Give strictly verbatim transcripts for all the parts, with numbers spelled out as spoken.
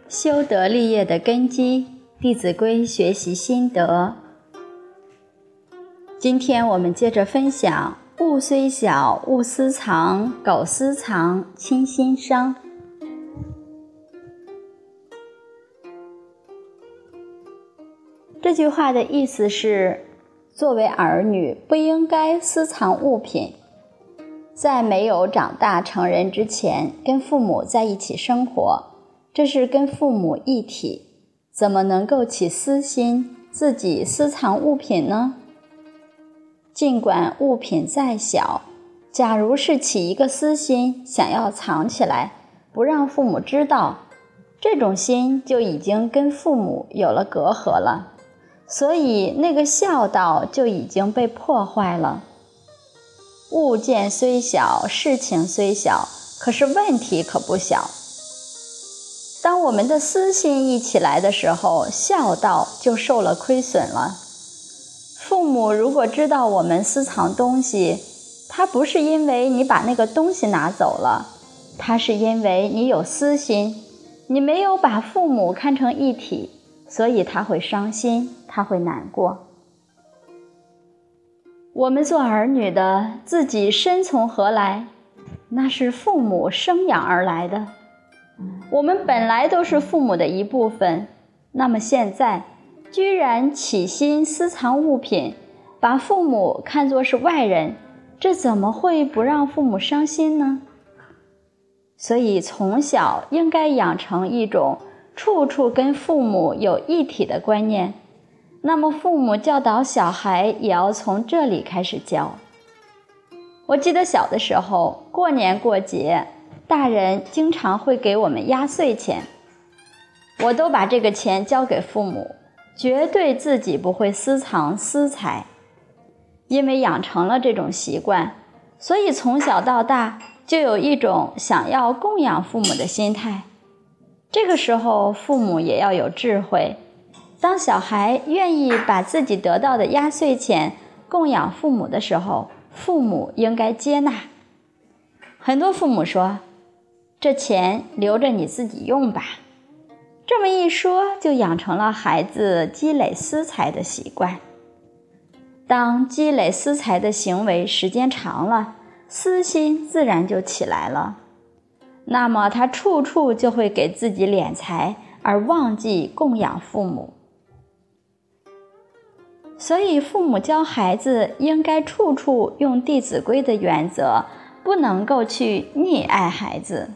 修德立业的根基，弟子规学习心得。今天我们接着分享，物虽小，勿私藏，苟私藏，亲心伤。这句话的意思是，作为儿女不应该私藏物品，在没有长大成人之前，跟父母在一起生活，这是跟父母一体，怎么能够起私心，自己私藏物品呢？尽管物品再小，假如是起一个私心，想要藏起来，不让父母知道，这种心就已经跟父母有了隔阂了，所以那个孝道就已经被破坏了。物件虽小，事情虽小，可是问题可不小。当我们的私心一起来的时候，孝道就受了亏损了。父母如果知道我们私藏东西，他不是因为你把那个东西拿走了，他是因为你有私心，你没有把父母看成一体，所以他会伤心，他会难过。我们做儿女的，自己身从何来？那是父母生养而来的。我们本来都是父母的一部分，那么现在居然起心私藏物品，把父母看作是外人，这怎么会不让父母伤心呢？所以从小应该养成一种处处跟父母有一体的观念，那么父母教导小孩也要从这里开始教。我记得小的时候，过年过节，大人经常会给我们压岁钱，我都把这个钱交给父母，绝对自己不会私藏私财。因为养成了这种习惯，所以从小到大就有一种想要供养父母的心态。这个时候父母也要有智慧，当小孩愿意把自己得到的压岁钱供养父母的时候，父母应该接纳。很多父母说，这钱留着你自己用吧，这么一说就养成了孩子积累私财的习惯。当积累私财的行为时间长了，私心自然就起来了，那么他处处就会给自己敛财，而忘记供养父母。所以父母教孩子应该处处用《弟子规》的原则，不能够去溺爱孩子。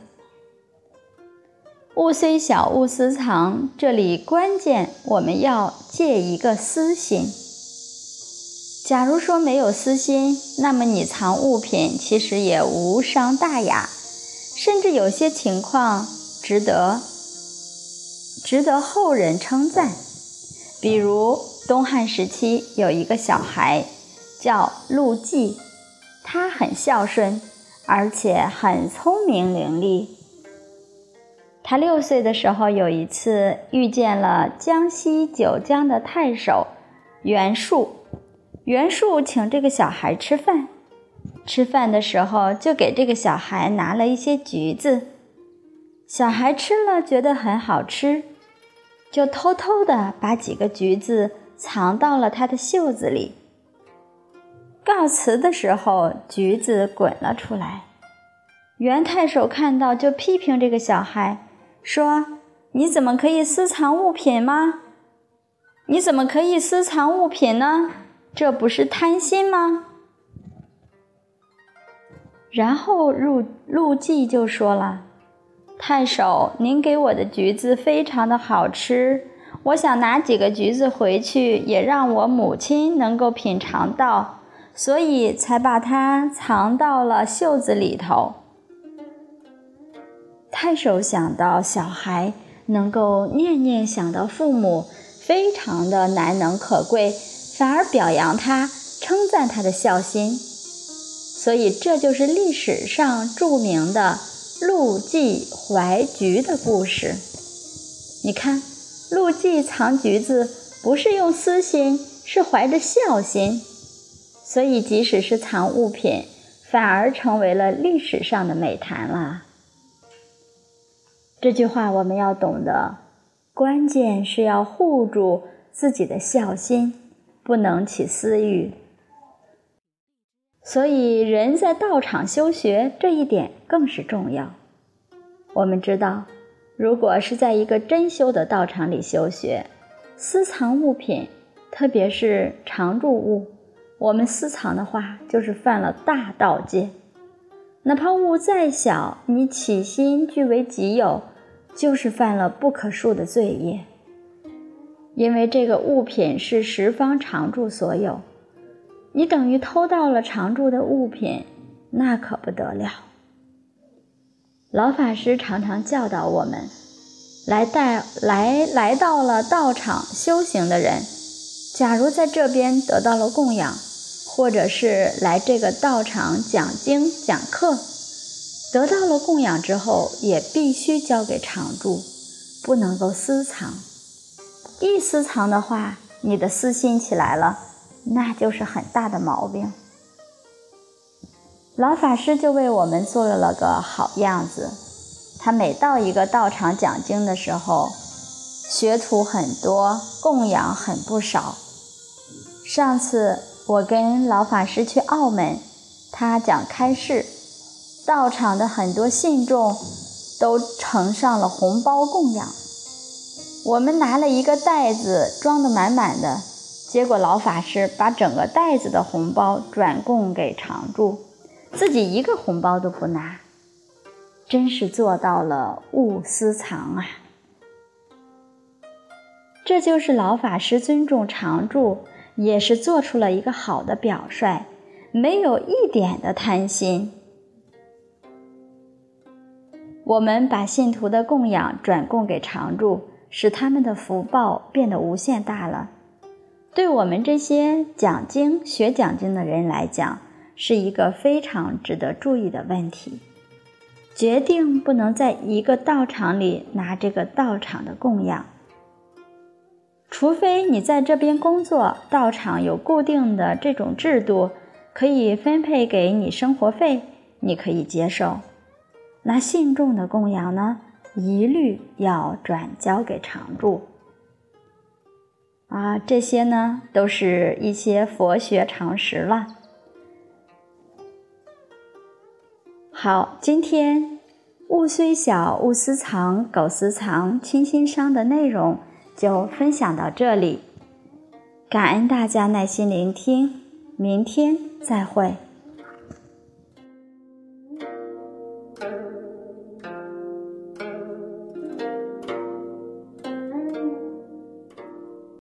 物虽小，勿私藏，这里关键我们要戒一个私心。假如说没有私心，那么你藏物品其实也无伤大雅，甚至有些情况值得值得后人称赞。比如东汉时期有一个小孩叫陆绩，他很孝顺，而且很聪明伶俐。他六岁的时候，有一次遇见了江西九江的太守袁术。袁术请这个小孩吃饭，吃饭的时候就给这个小孩拿了一些橘子。小孩吃了觉得很好吃，就偷偷地把几个橘子藏到了他的袖子里。告辞的时候，橘子滚了出来。袁太守看到就批评这个小孩，说：你怎么可以私藏物品吗？你怎么可以私藏物品呢？这不是贪心吗？然后陆陆绩就说了，太守，您给我的橘子非常的好吃，我想拿几个橘子回去，也让我母亲能够品尝到，所以才把它藏到了袖子里头。太守想到小孩能够念念想到父母，非常的难能可贵，反而表扬他，称赞他的孝心。所以这就是历史上著名的陆绩怀橘的故事。你看，陆绩藏橘子不是用私心，是怀着孝心，所以即使是藏物品，反而成为了历史上的美谈了。这句话我们要懂得， 关键是要护住自己的孝心，不能起私欲。所以人在道场修学这一点更是重要。我们知道，如果是在一个真修的道场里修学，私藏物品，特别是常住物，我们私藏的话就是犯了大盗戒。哪怕物再小，你起心据为己有，就是犯了不可恕的罪业。因为这个物品是十方常住所有，你等于偷盗了常住的物品，那可不得了。老法师常常教导我们，来带来来到了道场修行的人，假如在这边得到了供养，或者是来这个道场讲经讲课，得到了供养之后，也必须交给常住，不能够私藏。一私藏的话，你的私心起来了，那就是很大的毛病。老法师就为我们做了个好样子，他每到一个道场讲经的时候，学徒很多，供养很不少。上次我跟老法师去澳门，他讲开示，道场的很多信众都呈上了红包供养。我们拿了一个袋子装得满满的，结果老法师把整个袋子的红包转供给常住，自己一个红包都不拿，真是做到了勿私藏啊！这就是老法师尊重常住，也是做出了一个好的表率，没有一点的贪心。我们把信徒的供养转供给常住，使他们的福报变得无限大了。对我们这些讲经学讲经的人来讲，是一个非常值得注意的问题。决定不能在一个道场里拿这个道场的供养，除非你在这边工作，道场有固定的这种制度，可以分配给你生活费，你可以接受。那信众的供养呢，一律要转交给常住。啊，这些呢，都是一些佛学常识了。好，今天物虽小，勿私藏，苟私藏，亲心伤的内容就分享到这里。感恩大家耐心聆听，明天再会。